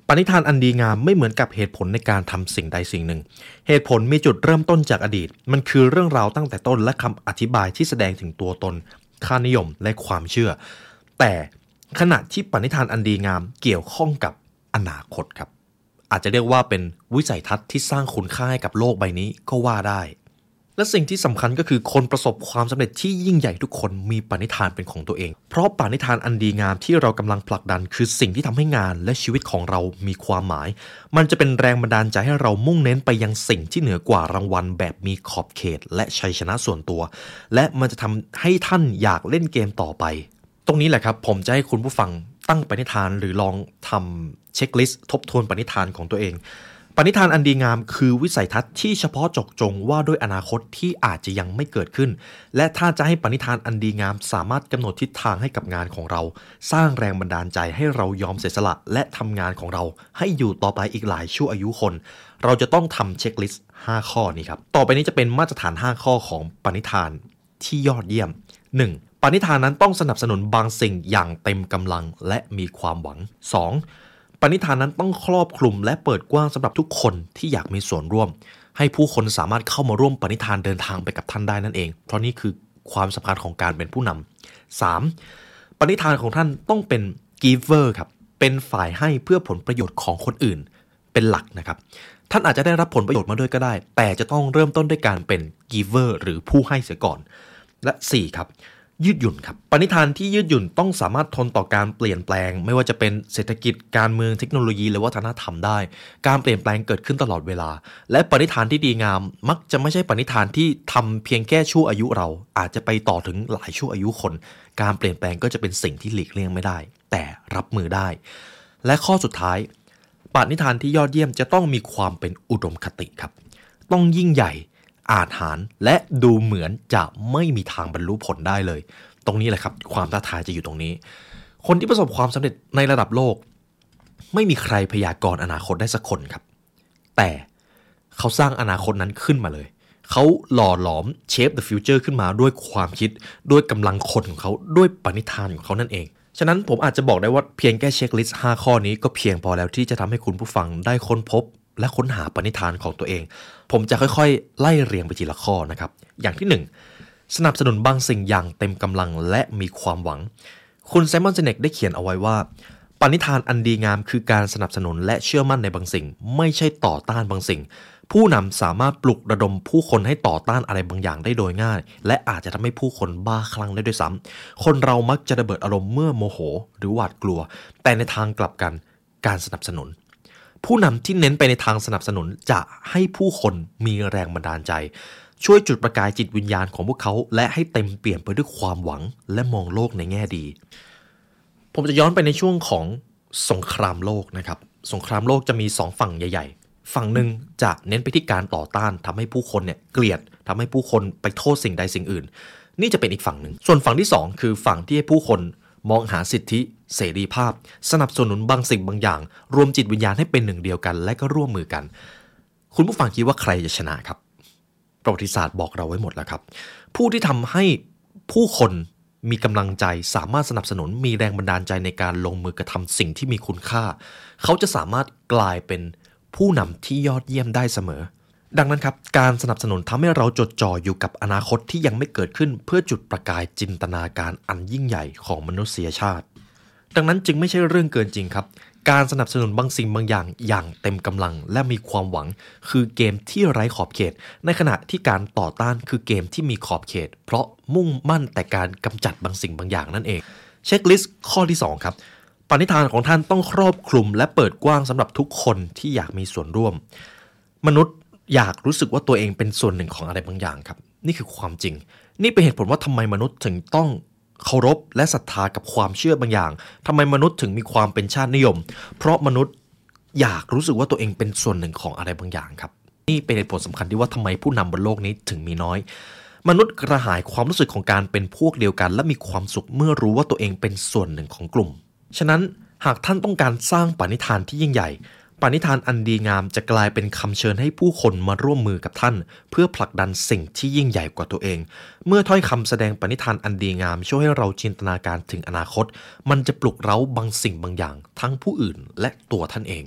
ปณิธานอันดีงามไม่เหมือนกับเหตุผลในการทำสิ่งใดสิ่งหนึ่งเหตุผลมีจุดเริ่มต้นจากอดีตมันคือเรื่องราวตั้งแต่ต้นและคำอธิบายที่แสดงถึงตัวตนค่านิยมและความเชื่อแต่ขณะที่ปณิธานอันดีงามเกี่ยวข้องกับอนาคตครับอาจจะเรียกว่าเป็นวิสัยทัศน์ที่สร้างคุณค่าให้กับโลกใบนี้ก็ว่าได้และสิ่งที่สำคัญก็คือคนประสบความสำเร็จที่ยิ่งใหญ่ทุกคนมีปณิธานเป็นของตัวเองเพราะปณิธานอันดีงามที่เรากำลังผลักดันคือสิ่งที่ทำให้งานและชีวิตของเรามีความหมายมันจะเป็นแรงบันดาลใจให้เรามุ่งเน้นไปยังสิ่งที่เหนือกว่ารางวัลแบบมีขอบเขตและชัยชนะส่วนตัวและมันจะทำให้ท่านอยากเล่นเกมต่อไปตรงนี้แหละครับผมจะให้คุณผู้ฟังตั้งปณิธานหรือลองทำเช็คลิสต์ทบทวนปณิธานของตัวเองปณิธานอันดีงามคือวิสัยทัศน์ที่เฉพาะเจาะจงว่าด้วยอนาคตที่อาจจะยังไม่เกิดขึ้นและถ้าจะให้ปณิธานอันดีงามสามารถกำหนดทิศทางให้กับงานของเราสร้างแรงบันดาลใจให้เรายอมเสียสละและทำงานของเราให้อยู่ต่อไปอีกหลายชั่วอายุคนเราจะต้องทำเช็คลิสต์ห้าข้อนี้ครับต่อไปนี้จะเป็นมาตรฐานห้าข้อของปณิธานที่ยอดเยี่ยม หนึ่ง. ปณิธานนั้นต้องสนับสนุนบางสิ่งอย่างเต็มกำลังและมีความหวัง สอง. ปณิธานนั้นต้องครอบคลุมและเปิดกว้างสำหรับทุกคนที่อยากมีส่วนร่วมให้ผู้คนสามารถเข้ามาร่วมปณิธานเดินทางไปกับท่านได้นั่นเองเพราะนี่คือความสำคัญของการเป็นผู้นำ สาม. ปณิธานของท่านต้องเป็น giver ครับเป็นฝ่ายให้เพื่อผลประโยชน์ของคนอื่นเป็นหลักนะครับท่านอาจจะได้รับผลประโยชน์มาด้วยก็ได้แต่จะต้องเริ่มต้นด้วยการเป็น giver หรือผู้ให้เสียก่อนและ สี่. ครับยืดหยุ่นครับปณิธานที่ยืดหยุ่นต้องสามารถทนต่อการเปลี่ยนแปลงไม่ว่าจะเป็นเศรษฐกิจการเมืองเทคโนโลยีหรือวัฒนธรรมได้การเปลี่ยนแปลงเกิดขึ้นตลอดเวลาและปณิธานที่ดีงามมักจะไม่ใช่ปณิธานที่ทำเพียงแค่ชั่วอายุเราอาจจะไปต่อถึงหลายชั่วอายุคนการเปลี่ยนแปลงก็จะเป็นสิ่งที่หลีกเลี่ยงไม่ได้แต่รับมือได้และข้อสุดท้ายปณิธานที่ยอดเยี่ยมจะต้องมีความเป็นอุดมคติครับต้องยิ่งใหญ่อาจหาญและดูเหมือนจะไม่มีทางบรรลุผลได้เลยตรงนี้แหละครับความท้าทายจะอยู่ตรงนี้คนที่ประสบความสำเร็จในระดับโลกไม่มีใครพยากรณ์อนาคตได้สักคนครับแต่เขาสร้างอนาคตนั้นขึ้นมาเลยเขาหล่อหลอม shape the future ขึ้นมาด้วยความคิดด้วยกำลังคนของเขาด้วยปณิธานของเขานั่นเองฉะนั้นผมอาจจะบอกได้ว่าเพียงแค่เช็คลิสต์ห้าข้อนี้ก็เพียงพอแล้วที่จะทำให้คุณผู้ฟังได้ค้นพบและค้นหาปณิธานของตัวเองผมจะค่อยๆไล่เรียงไปทีละข้อนะครับอย่างที่หนึ่งสนับสนุนบางสิ่งอย่างเต็มกำลังและมีความหวังคุณไซมอน ซิเนกได้เขียนเอาไว้ว่าปณิธานอันดีงามคือการสนับสนุนและเชื่อมั่นในบางสิ่งไม่ใช่ต่อต้านบางสิ่งผู้นำสามารถปลุกระดมผู้คนให้ต่อต้านอะไรบางอย่างได้โดยง่ายและอาจจะทำให้ผู้คนบ้าคลั่งได้ด้วยซ้ำคนเรามักจะระเบิดอารมณ์เมื่อโมโหหรือหวาดกลัวแต่ในทางกลับกันการสนับสนุนผู้นำที่เน้นไปในทางสนับสนุนจะให้ผู้คนมีแรงบันดาลใจช่วยจุดประกายจิตวิญญาณของพวกเขาและให้เต็มเปี่ยมไปด้วยความหวังและมองโลกในแง่ดีผมจะย้อนไปในช่วงของสงครามโลกนะครับสงครามโลกจะมีสองฝั่งใหญ่ๆฝั่งหนึ่งจะเน้นไปที่การต่อต้านทำให้ผู้คนเนี่ยเกลียดทำให้ผู้คนไปโทษสิ่งใดสิ่งอื่นนี่จะเป็นอีกฝั่งหนึ่งส่วนฝั่งที่สองคือฝั่งที่ให้ผู้คนมองหาสิทธิเสรีภาพสนับสนุนบางสิ่งบางอย่างรวมจิตวิญญาณให้เป็นหนึ่งเดียวกันและก็ร่วมมือกันคุณผู้ฟังคิดว่าใครจะชนะครับประวัติศาสตร์บอกเราไว้หมดแล้วครับผู้ที่ทำให้ผู้คนมีกำลังใจสามารถสนับสนุนมีแรงบันดาลใจในการลงมือกระทำสิ่งที่มีคุณค่าเขาจะสามารถกลายเป็นผู้นำที่ยอดเยี่ยมได้เสมอดังนั้นครับการสนับสนุนทำให้เราจดจ่ออยู่กับอนาคตที่ยังไม่เกิดขึ้นเพื่อจุดประกายจินตนาการอันยิ่งใหญ่ของมนุษยชาติดังนั้นจึงไม่ใช่เรื่องเกินจริงครับการสนับสนุนบางสิ่งบางอย่างอย่างเต็มกำลังและมีความหวังคือเกมที่ไร้ขอบเขตในขณะที่การต่อต้านคือเกมที่มีขอบเขตเพราะมุ่งมั่นแต่การกำจัดบางสิ่งบางอย่างนั่นเองเช็คลิสต์ข้อที่สองครับปณิธานของท่านต้องครอบคลุมและเปิดกว้างสำหรับทุกคนที่อยากมีส่วนร่วมมนุษย์อยากรู้สึกว่าตัวเองเป็นส่วนหนึ่งของอะไรบางอย่างครับนี่คือความจริงนี่เป็นเหตุผลว่าทำไมมนุษย์ถึงต้องเคารพและศรัทธากับความเชื่อบางอย่างทำไมมนุษย์ถึงมีความเป็นชาตินิยมเพราะมนุษย์อยากรู้สึกว่าตัวเองเป็นส่วนหนึ่งของอะไรบางอย่างครับนี่เป็นเหตุผลสำคัญที่ว่าทำไมผู้นำบนโลกนี้ถึงมีน้อยมนุษย์กระหายความรู้สึกของการเป็นพวกเดียวกันและมีความสุขเมื่อรู้ว่าตัวเองเป็นส่วนหนึ่งของกลุ่มฉะนั้นหากท่านต้องการสร้างปณิธานที่ยิ่งใหญ่ปณิธานอันดีงามจะกลายเป็นคำเชิญให้ผู้คนมาร่วมมือกับท่านเพื่อผลักดันสิ่งที่ยิ่งใหญ่กว่าตัวเองเมื่อถ้อยคำแสดงปณิธานอันดีงามช่วยให้เราจินตนาการถึงอนาคตมันจะปลุกเร้าบางสิ่งบางอย่างทั้งผู้อื่นและตัวท่านเอง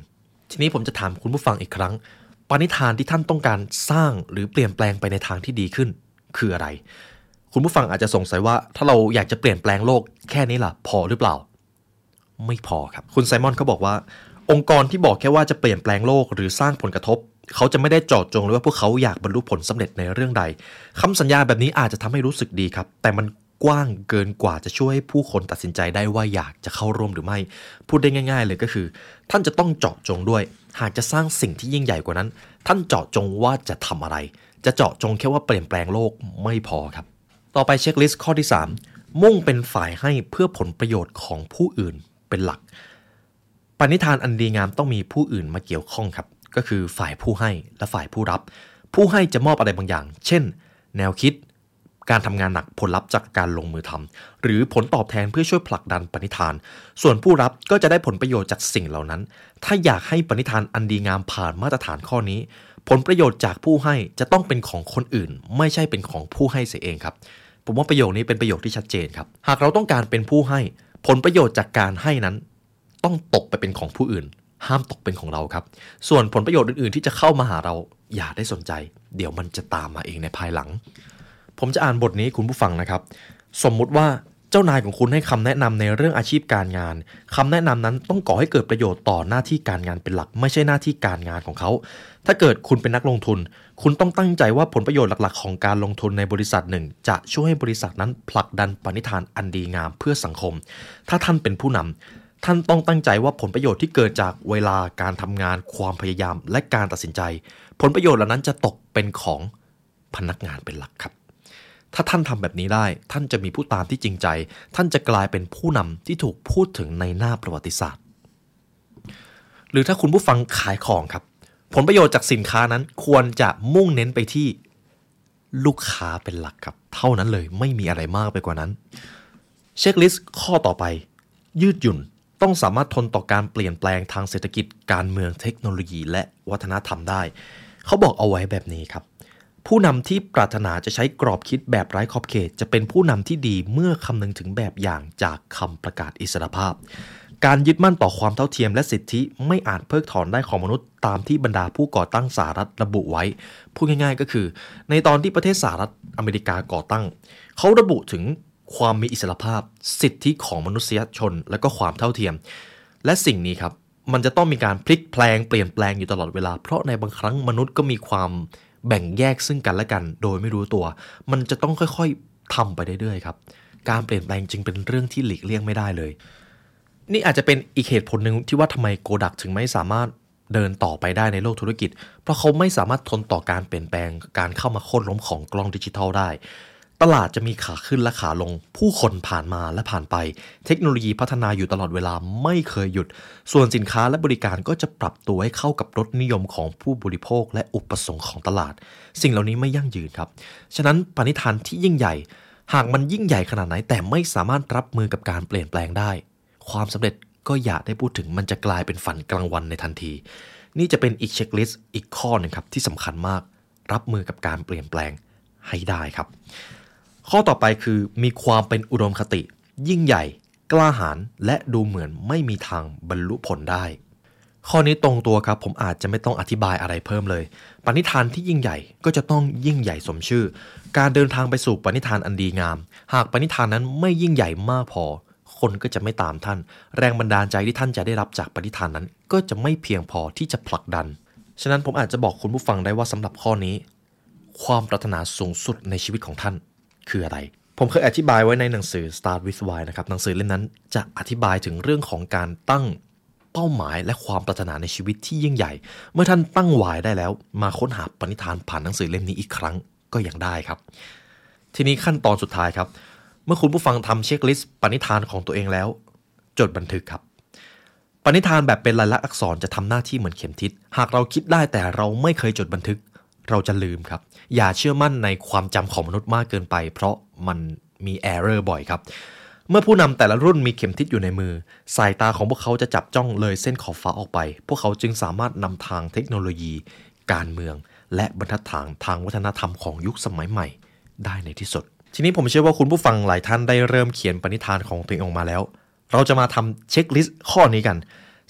ทีนี้ผมจะถามคุณผู้ฟังอีกครั้งปณิธานที่ท่านต้องการสร้างหรือเปลี่ยนแปลงไปในทางที่ดีขึ้นคืออะไรคุณผู้ฟังอาจจะสงสัยว่าถ้าเราอยากจะเปลี่ยนแปลงโลกแค่นี้ล่ะพอหรือเปล่าไม่พอครับคุณไซมอนเขาบอกว่าองค์กรที่บอกแค่ว่าจะเปลี่ยนแปลงโลกหรือสร้างผลกระทบเขาจะไม่ได้เจาะจงเลยว่าพวกเขาอยากบรรลุผลสำเร็จในเรื่องใดคำสัญญาแบบนี้อาจจะทำให้รู้สึกดีครับแต่มันกว้างเกินกว่าจะช่วยให้ผู้คนตัดสินใจได้ว่าอยากจะเข้าร่วมหรือไม่พูดได้ง่ายๆเลยก็คือท่านจะต้องเจาะจงด้วยหากจะสร้างสิ่งที่ยิ่งใหญ่กว่านั้นท่านเจาะจงว่าจะทำอะไรจะเจาะจงแค่ว่าเปลี่ยนแปลงโลกไม่พอครับต่อไปเช็คลิสต์ข้อที่สามมุ่งเป็นฝ่ายให้เพื่อผลประโยชน์ของผู้อื่นเป็นหลักปณิธานอันดีงามต้องมีผู้อื่นมาเกี่ยวข้องครับก็คือฝ่ายผู้ให้และฝ่ายผู้รับผู้ให้จะมอบอะไรบางอย่างเช่นแนวคิดการทำงานหนักผลลัพธ์จากการลงมือทำหรือผลตอบแทนเพื่อช่วยผลักดันปณิธานส่วนผู้รับก็จะได้ผลประโยชน์จากสิ่งเหล่านั้นถ้าอยากให้ปณิธานอันดีงามผ่านมาตรฐานข้อนี้ผลประโยชน์จากผู้ให้จะต้องเป็นของคนอื่นไม่ใช่เป็นของผู้ให้เสียเองครับผมว่าประโยคนี้เป็นประโยคที่ชัดเจนครับหากเราต้องการเป็นผู้ให้ผลประโยชน์จากการให้นั้นต้องตกไปเป็นของผู้อื่นห้ามตกเป็นของเราครับส่วนผลประโยชน์อื่นๆที่จะเข้ามาหาเราอย่าได้สนใจเดี๋ยวมันจะตามมาเองในภายหลังผมจะอ่านบทนี้คุณผู้ฟังนะครับสมมุติว่าเจ้านายของคุณให้คำแนะนำในเรื่องอาชีพการงานคำแนะนำนั้นต้องก่อให้เกิดประโยชน์ต่อหน้าที่การงานเป็นหลักไม่ใช่หน้าที่การงานของเขาถ้าเกิดคุณเป็นนักลงทุนคุณต้องตั้งใจว่าผลประโยชน์หลักๆของการลงทุนในบริษัทหนึ่งจะช่วยให้บริษัทนั้นผลักดันปณิธานอันดีงามเพื่อสังคมถ้าท่านเป็นผู้นำท่านต้องตั้งใจว่าผลประโยชน์ที่เกิดจากเวลาการทำงานความพยายามและการตัดสินใจผลประโยชน์เหล่านั้นจะตกเป็นของพนักงานเป็นหลักครับถ้าท่านทำแบบนี้ได้ท่านจะมีผู้ตามที่จริงใจท่านจะกลายเป็นผู้นำที่ถูกพูดถึงในหน้าประวัติศาสตร์หรือถ้าคุณผู้ฟังขายของครับผลประโยชน์จากสินค้านั้นควรจะมุ่งเน้นไปที่ลูกค้าเป็นหลักครับเท่านั้นเลยไม่มีอะไรมากไปกว่านั้นเช็คลิสต์ข้อต่อไปยืดหยุ่นต้องสามารถทนต่อการเปลี่ยนแปลงทางเศรษฐกิจการเมืองเทคโนโลยีและวัฒนธรรมได้เขาบอกเอาไว้แบบนี้ครับผู้นำที่ปรารถนาจะใช้กรอบคิดแบบไร้ขอบเขตจะเป็นผู้นำที่ดีเมื่อคำนึงถึงแบบอย่างจากคำประกาศอิสรภาพการยึดมั่นต่อความเท่าเทียมและสิทธิไม่อาจเพิกถอนได้ของมนุษย์ตามที่บรรดาผู้ก่อตั้งสหรัฐระบุไว้พูดง่ายๆก็คือในตอนที่ประเทศสหรัฐอเมริกาก่อตั้งเขาระบุถึงความมีอิสรภาพสิทธิของมนุษยชนและก็ความเท่าเทียมและสิ่งนี้ครับมันจะต้องมีการพลิกแปลงเปลี่ยนแปลงอยู่ตลอดเวลาเพราะในบางครั้งมนุษย์ก็มีความแบ่งแยกซึ่งกันและกันโดยไม่รู้ตัวมันจะต้องค่อยๆทำไปเรื่อยๆครับการเปลี่ยนแปลงจึงเป็นเรื่องที่หลีกเลี่ยงไม่ได้เลยนี่อาจจะเป็นอีกเหตุผลหนึ่งที่ว่าทำไมโกดักถึงไม่สามารถเดินต่อไปได้ในโลกธุรกิจเพราะเขาไม่สามารถทนต่อการเปลี่ยนแปลงการเข้ามาโค่นล้มของกล้องดิจิทัลได้ตลาดจะมีขาขึ้นและขาลงผู้คนผ่านมาและผ่านไปเทคโนโลยีพัฒนาอยู่ตลอดเวลาไม่เคยหยุดส่วนสินค้าและบริการก็จะปรับตัวให้เข้ากับรสนิยมของผู้บริโภคและอุปสงค์ของตลาดสิ่งเหล่านี้ไม่ยั่งยืนครับฉะนั้นปณิธานที่ยิ่งใหญ่หากมันยิ่งใหญ่ขนาดไหนแต่ไม่สามารถรับมือกับการเปลี่ยนแปลงได้ความสำเร็จก็อย่าได้พูดถึงมันจะกลายเป็นฝันกลางวันในทันทีนี่จะเป็นอีกเช็คลิสต์อีกข้อหนึ่งครับที่สำคัญมากรับมือกับการเปลี่ยนแปลงให้ได้ครับข้อต่อไปคือมีความเป็นอุดมคติยิ่งใหญ่กล้าหาญและดูเหมือนไม่มีทางบรรลุผลได้ข้อนี้ตรงตัวครับผมอาจจะไม่ต้องอธิบายอะไรเพิ่มเลยปณิธานที่ยิ่งใหญ่ก็จะต้องยิ่งใหญ่สมชื่อการเดินทางไปสู่ปณิธานอันดีงามหากปณิธานนั้นไม่ยิ่งใหญ่มากพอคนก็จะไม่ตามท่านแรงบันดาลใจที่ท่านจะได้รับจากปณิธานนั้นก็จะไม่เพียงพอที่จะผลักดันฉะนั้นผมอาจจะบอกคุณผู้ฟังได้ว่าสำหรับข้อนี้ความปรารถนาสูงสุดในชีวิตของท่านคืออะไรผมเคยอธิบายไว้ในหนังสือ Start with Why นะครับหนังสือเล่มนั้นจะอธิบายถึงเรื่องของการตั้งเป้าหมายและความปรารถนาในชีวิตที่ยิ่งใหญ่เมื่อท่านตั้ง Why ได้แล้วมาค้นหาปณิธานผ่านหนังสือเล่มนี้อีกครั้งก็ยังได้ครับทีนี้ขั้นตอนสุดท้ายครับเมื่อคุณผู้ฟังทำเช็คลิสต์ปณิธานของตัวเองแล้วจดบันทึกครับปณิธานแบบเป็นลายลักษณ์อักษรจะทำหน้าที่เหมือนเข็มทิศหากเราคิดได้แต่เราไม่เคยจดบันทึกเราจะลืมครับอย่าเชื่อมั่นในความจำของมนุษย์มากเกินไปเพราะมันมี error บ่อยครับเมื่อผู้นำแต่ละรุ่นมีเข็มทิศอยู่ในมือสายตาของพวกเขาจะจับจ้องเลยเส้นขอบฟ้าออกไปพวกเขาจึงสามารถนำทางเทคโนโลยีการเมืองและบรรทัดฐานทางวัฒนธรรมของยุคสมัยใหม่ได้ในที่สุดทีนี้ผมเชื่อว่าคุณผู้ฟังหลายท่านได้เริ่มเขียนปณิธานของตัวเองออกมาแล้วเราจะมาทำเช็คลิสต์ข้อนี้กัน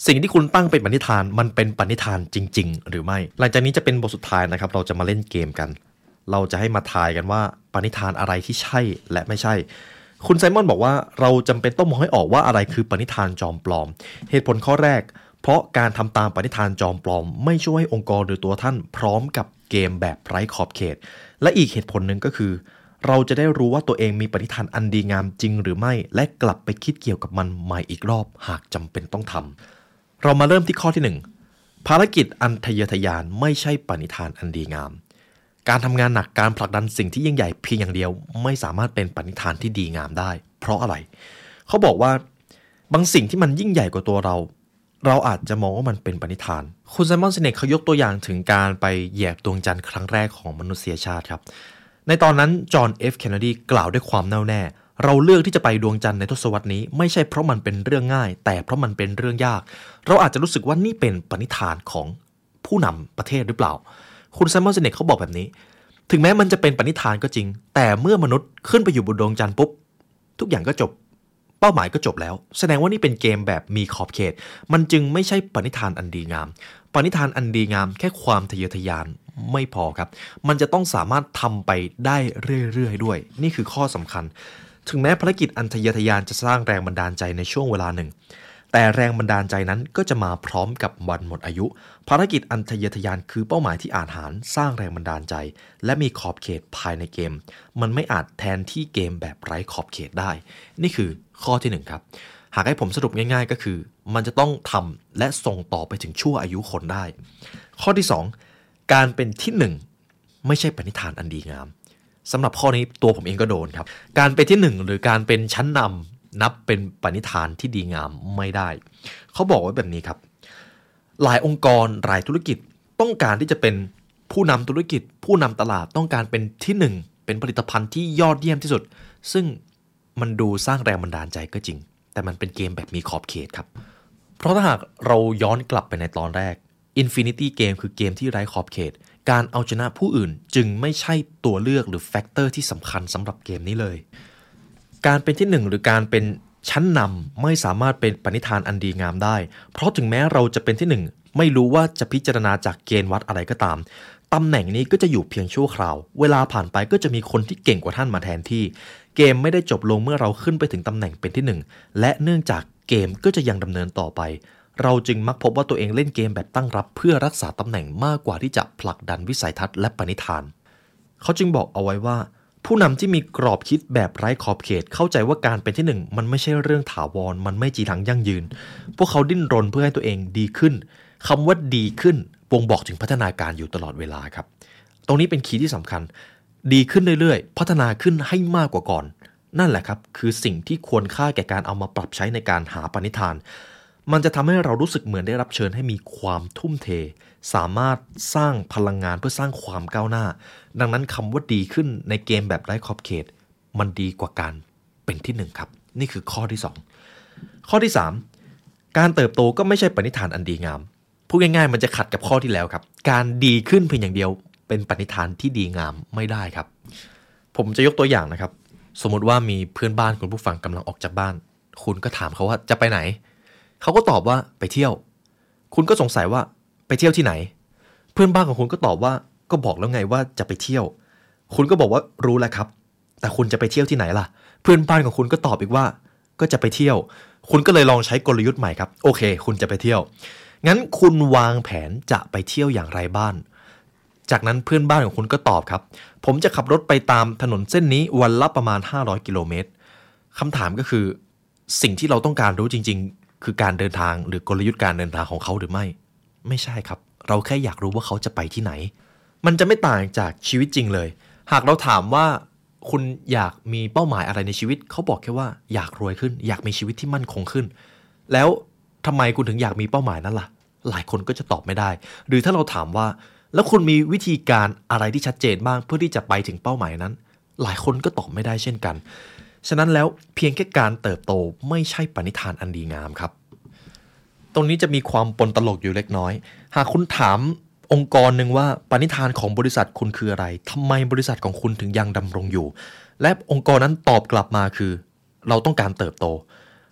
สิ่งที่คุณตั้งเป็นปณิธานมันเป็นปณิธานจริงๆหรือไม่หลังจากนี้จะเป็นบทสุดท้ายนะครับเราจะมาเล่นเกมกันเราจะให้มาทายกันว่าปณิธานอะไรที่ใช่และไม่ใช่คุณไซมอนบอกว่าเราจำเป็นต้องมองให้ออกว่าอะไรคือปณิธานจอมปลอมเหตุผลข้อแรกเพราะการทำตามปณิธานจอมปลอมไม่ช่วยให้องค์กรหรือตัวท่านพร้อมกับเกมแบบไร้ขอบเขตและอีกเหตุผลหนึ่งก็คือเราจะได้รู้ว่าตัวเองมีปณิธานอันดีงามจริงหรือไม่และกลับไปคิดเกี่ยวกับมันใหม่อีกรอบหากจำเป็นต้องทำเรามาเริ่มที่ข้อที่หนึ่งภารกิจอันทะเยอทะยานไม่ใช่ปณิธานอันดีงามการทำงานหนักการผลักดันสิ่งที่ยิ่งใหญ่เพียงอย่างเดียวไม่สามารถเป็นปณิธานที่ดีงามได้เพราะอะไรเขาบอกว่าบางสิ่งที่มันยิ่งใหญ่กว่าตัวเราเราอาจจะมองว่ามันเป็นปณิธานคุณไซมอนซิเนกเขายกตัวอย่างถึงการไปเหยียบดวงจันทร์ครั้งแรกของมนุษยชาติครับในตอนนั้นจอห์นเอฟเคนเนดีกล่าวด้วยความแน่วแน่เราเลือกที่จะไปดวงจันทร์ในทศวรรษนี้ไม่ใช่เพราะมันเป็นเรื่องง่ายแต่เพราะมันเป็นเรื่องยากเราอาจจะรู้สึกว่านี่เป็นปณิธานของผู้นำประเทศหรือเปล่าคุณไซมอนซิเนกเขาบอกแบบนี้ถึงแม้มันจะเป็นปณิธานก็จริงแต่เมื่อมนุษย์ขึ้นไปอยู่บนดวงจันทร์ปุ๊บทุกอย่างก็จบเป้าหมายก็จบแล้วแสดงว่านี่เป็นเกมแบบมีขอบเขตมันจึงไม่ใช่ปณิธานอันดีงามปณิธานอันดีงามแค่ความทะเยอทะยานไม่พอครับมันจะต้องสามารถทำไปได้เรื่อยๆด้วยนี่คือข้อสำคัญถึงแม้ภารกิจอันทะเยอทะยานจะสร้างแรงบันดาลใจในช่วงเวลาหนึ่งแต่แรงบันดาลใจนั้นก็จะมาพร้อมกับวันหมดอายุภารกิจอันทะเยอทะยานคือเป้าหมายที่อาจหารสร้างแรงบันดาลใจและมีขอบเขตภายในเกมมันไม่อาจแทนที่เกมแบบไร้ขอบเขตได้นี่คือข้อที่หนึ่งครับหากให้ผมสรุปง่ายๆก็คือมันจะต้องทำและส่งต่อไปถึงชั่วอายุคนได้ข้อที่สองการเป็นที่หนึ่งไม่ใช่ปณิธานอันดีงามสำหรับข้อนี้ตัวผมเองก็โดนครับการเป็นที่หนึ่งหรือการเป็นชั้นนำนับเป็นปณิธานที่ดีงามไม่ได้เขาบอกไว้แบบนี้ครับหลายองค์กรหลายธุรกิจต้องการที่จะเป็นผู้นำธุรกิจผู้นำตลาดต้องการเป็นที่หนึ่งเป็นผลิตภัณฑ์ที่ยอดเยี่ยมที่สุดซึ่งมันดูสร้างแรงบันดาลใจก็จริงแต่มันเป็นเกมแบบมีขอบเขตครับเพราะถ้าหากเราย้อนกลับไปในตอนแรก Infinity Game คือเกมที่ไร้ขอบเขตการเอาชนะผู้อื่นจึงไม่ใช่ตัวเลือกหรือแฟกเตอร์ที่สำคัญสำหรับเกมนี้เลยการเป็นที่หนึ่งหรือการเป็นชั้นนำไม่สามารถเป็นปณิธานอันดีงามได้เพราะถึงแม้เราจะเป็นที่หนึ่งไม่รู้ว่าจะพิจารณาจากเกณฑ์วัดอะไรก็ตามตำแหน่งนี้ก็จะอยู่เพียงชั่วคราวเวลาผ่านไปก็จะมีคนที่เก่งกว่าท่านมาแทนที่เกมไม่ได้จบลงเมื่อเราขึ้นไปถึงตำแหน่งเป็นที่หนึ่งและเนื่องจากเกมก็จะยังดำเนินต่อไปเราจึงมักพบว่าตัวเองเล่นเกมแบบตั้งรับเพื่อรักษาตำแหน่งมากกว่าที่จะผลักดันวิสัยทัศน์และปณิธานเขาจึงบอกเอาไว้ว่าผู้นำที่มีกรอบคิดแบบไร้ขอบเขตเข้าใจว่าการเป็นที่หนึ่งมันไม่ใช่เรื่องถาวรมันไม่จีรังยั่งยืนพวกเขาดิ้นรนเพื่อให้ตัวเองดีขึ้นคำว่าดีขึ้นบ่งบอกถึงพัฒนาการอยู่ตลอดเวลาครับตรงนี้เป็นคีย์ที่สำคัญดีขึ้นเรื่อยๆพัฒนาขึ้นให้มากกว่าก่อนนั่นแหละครับคือสิ่งที่ควรค่าแก่การเอามาปรับใช้ในการหาปณิธานมันจะทำให้เรารู้สึกเหมือนได้รับเชิญให้มีความทุ่มเทสามารถสร้างพลังงานเพื่อสร้างความก้าวหน้าดังนั้นคำว่าดีขึ้นในเกมแบบไร้ขอบเขตมันดีกว่าการเป็นที่หนึ่งครับนี่คือข้อที่สองข้อที่สามการเติบโตก็ไม่ใช่ปณิธานอันดีงามพูดง่ายๆมันจะขัดกับข้อที่แล้วครับการดีขึ้นเพียงอย่างเดียวเป็นปณิธานที่ดีงามไม่ได้ครับผมจะยกตัวอย่างนะครับสมมติว่ามีเพื่อนบ้านคุณผู้ฟังกำลังออกจากบ้านคุณก็ถามเขาว่าจะไปไหนเขาก็ตอบว่าไปเที่ยวคุณก็สงสัยว่าไปเที่ยวที่ไหนเพื่อนบ้านของคุณก็ตอบว่าก็บอกแล้วไงว่าจะไปเที่ยวคุณก็บอกว่ารู้แล้วครับแต่คุณจะไปเที่ยวที่ไหนล่ะเพื่อนบ้านของคุณก็ตอบอีกว่าก็จะไปเที่ยวคุณก็เลยลองใช้กลยุทธ์ใหม่ครับโอเคคุณจะไปเที่ยวงั้นคุณวางแผนจะไปเที่ยวอย่างไรบ้างจากนั้นเพื่อนบ้านของคุณก็ตอบครับผมจะขับรถไปตามถนนเส้นนี้วันละประมาณห้าร้อยกิโลเมตรคำถามก็คือสิ่งที่เราต้องการรู้จริงๆคือการเดินทางหรือกลยุทธ์การเดินทางของเขาหรือไม่ไม่ใช่ครับเราแค่อยากรู้ว่าเขาจะไปที่ไหนมันจะไม่ต่างจากชีวิตจริงเลยหากเราถามว่าคุณอยากมีเป้าหมายอะไรในชีวิตเขาบอกแค่ว่าอยากรวยขึ้นอยากมีชีวิตที่มั่นคงขึ้นแล้วทำไมคุณถึงอยากมีเป้าหมายนั้นล่ะหลายคนก็จะตอบไม่ได้หรือถ้าเราถามว่าแล้วคุณมีวิธีการอะไรที่ชัดเจนบ้างเพื่อที่จะไปถึงเป้าหมายนั้นหลายคนก็ตอบไม่ได้เช่นกันฉะนั้นแล้วเพียงแค่การเติบโตไม่ใช่ปณิธานอันดีงามครับตรงนี้จะมีความปนตลกอยู่เล็กน้อยหากคุณถามองค์กรหนึ่งว่าปณิธานของบริษัทคุณคืออะไรทำไมบริษัทของคุณถึงยังดำรงอยู่และองค์กรนั้นตอบกลับมาคือเราต้องการเติบโต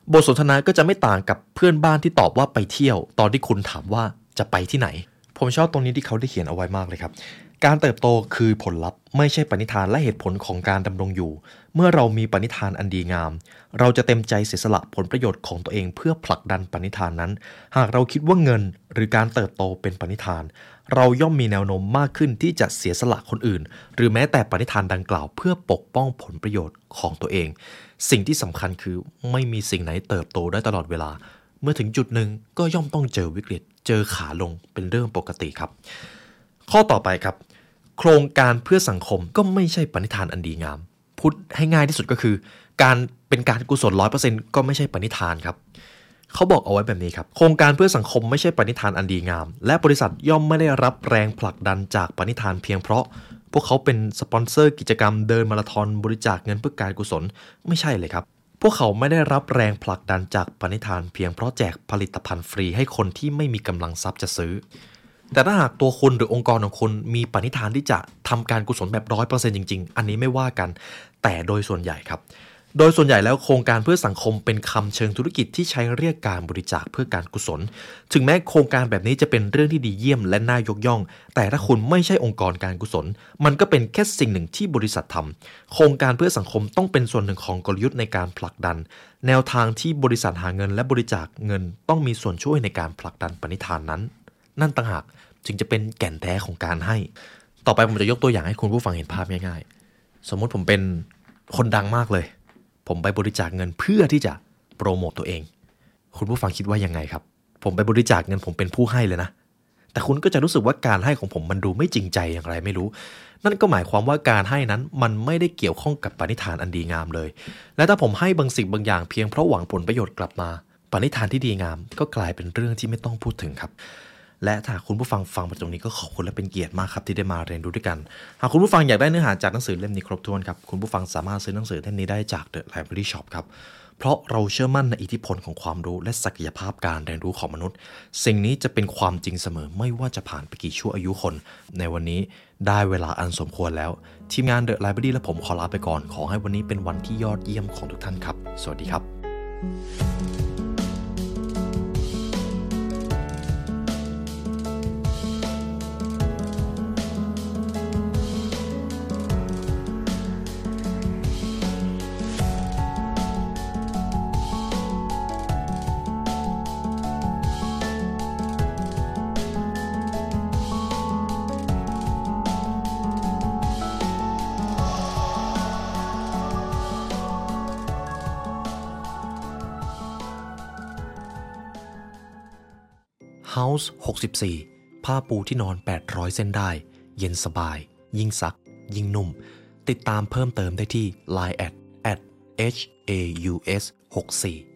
บทสนทนาก็จะไม่ต่างกับเพื่อนบ้านที่ตอบว่าไปเที่ยวตอนที่คุณถามว่าจะไปที่ไหนผมชอบตรงนี้ที่เขาได้เขียนเอาไว้มากเลยครับการเติบโตคือผลลัพธ์ไม่ใช่ปณิธานและเหตุผลของการดำรงอยู่เมื่อเรามีปณิธานอันดีงามเราจะเต็มใจเสียสละผลประโยชน์ของตัวเองเพื่อผลักดันปณิธานนั้นหากเราคิดว่าเงินหรือการเติบโตเป็นปณิธานเราย่อมมีแนวโน้มมากขึ้นที่จะเสียสละคนอื่นหรือแม้แต่ปณิธานดังกล่าวเพื่อปกป้องผลประโยชน์ของตัวเองสิ่งที่สำคัญคือไม่มีสิ่งไหนเติบโตได้ตลอดเวลาเมื่อถึงจุดหนึ่งก็ย่อมต้องเจอวิกฤตเจอขาลงเป็นเรื่องปกติครับข้อต่อไปครับโครงการเพื่อสังคมก็ไม่ใช่ปณิธานอันดีงามพูดให้ง่ายที่สุดก็คือการเป็นการกุศล ร้อยเปอร์เซ็นต์ ก็ไม่ใช่ปณิธานครับเขาบอกเอาไว้แบบนี้ครับโครงการเพื่อสังคมไม่ใช่ปณิธานอันดีงามและบริษัทย่อมไม่ได้รับแรงผลักดันจากปณิธานเพียงเพราะพวกเขาเป็นสปอนเซอร์กิจกรรมเดินมาราธอนบริจาคเงินเพื่อการกุศลไม่ใช่เลยครับพวกเขาไม่ได้รับแรงผลักดันจากปณิธานเพียงเพราะแจกผลิตภัณฑ์ฟรีให้คนที่ไม่มีกำลังทรัพย์จะซื้อแต่ถ้าหากตัวคุณหรือองค์กรของคุณมีปณิธานที่จะทำการกุศลแบบ ร้อยเปอร์เซ็นต์ จริงๆอันนี้ไม่ว่ากันแต่โดยส่วนใหญ่ครับโดยส่วนใหญ่แล้วโครงการเพื่อสังคมเป็นคำเชิงธุรกิจที่ใช้เรียกการบริจาคเพื่อการกุศลถึงแม้โครงการแบบนี้จะเป็นเรื่องที่ดีเยี่ยมและน่ายกย่องแต่ถ้าคุณไม่ใช่องค์กรการกุศลมันก็เป็นแค่สิ่งหนึ่งที่บริษัททำโครงการเพื่อสังคมต้องเป็นส่วนหนึ่งของกลยุทธ์ในการผลักดันแนวทางที่บริษัทหาเงินและบริจาคเงินต้องมีส่วนช่วยในการผลักดันปณิธานนั้นนั่นต่างหากจึงจะเป็นแก่นแท้ของการให้ต่อไปผมจะยกตัวอย่างให้คุณผู้ฟังเห็นภาพง่ายๆสมมติผมเป็นคนดังมากเลยผมไปบริจาคเงินเพื่อที่จะโปรโมตตัวเองคุณผู้ฟังคิดว่ายังไงครับผมไปบริจาคเงินผมเป็นผู้ให้เลยนะแต่คุณก็จะรู้สึกว่าการให้ของผมมันดูไม่จริงใจอย่างไรไม่รู้นั่นก็หมายความว่าการให้นั้นมันไม่ได้เกี่ยวข้องกับปณิธานอันดีงามเลยและถ้าผมให้บางสิ่งบางอย่างเพียงเพราะหวังผลประโยชน์กลับมาปณิธานที่ดีงามก็กลายเป็นเรื่องที่ไม่ต้องพูดถึงครับและถ้าคุณผู้ฟังฟังมาตรงนี้ก็ขอบคุณและเป็นเกียรติมากครับที่ได้มาเรียนรู้ด้วยกันหากคุณผู้ฟังอยากได้เนื้อหาจากหนังสือเล่มนี้ครบถ้วนครับคุณผู้ฟังสามารถซื้อหนังสือเล่มนี้ได้จาก The Library Shop ครับเพราะเราเชื่อมั่นในอิทธิพลของความรู้และศักยภาพการเรียนรู้ของมนุษย์สิ่งนี้จะเป็นความจริงเสมอไม่ว่าจะผ่านไปกี่ชั่วอายุคนในวันนี้ได้เวลาอันสมควรแล้วทีมงาน The Library และผมขอลาไปก่อนขอให้วันนี้เป็นวันที่ยอดเยี่ยมของทุกท่านครับสวัสดีครับHouse หกสิบสี่ผ้าปูที่นอนแปดร้อยเส้นได้เย็นสบายยิ่งซักยิ่งนุ่มติดตามเพิ่มเติมได้ที่ ไลน์ แอท แอท เอช เอ ยู เอส หกสิบสี่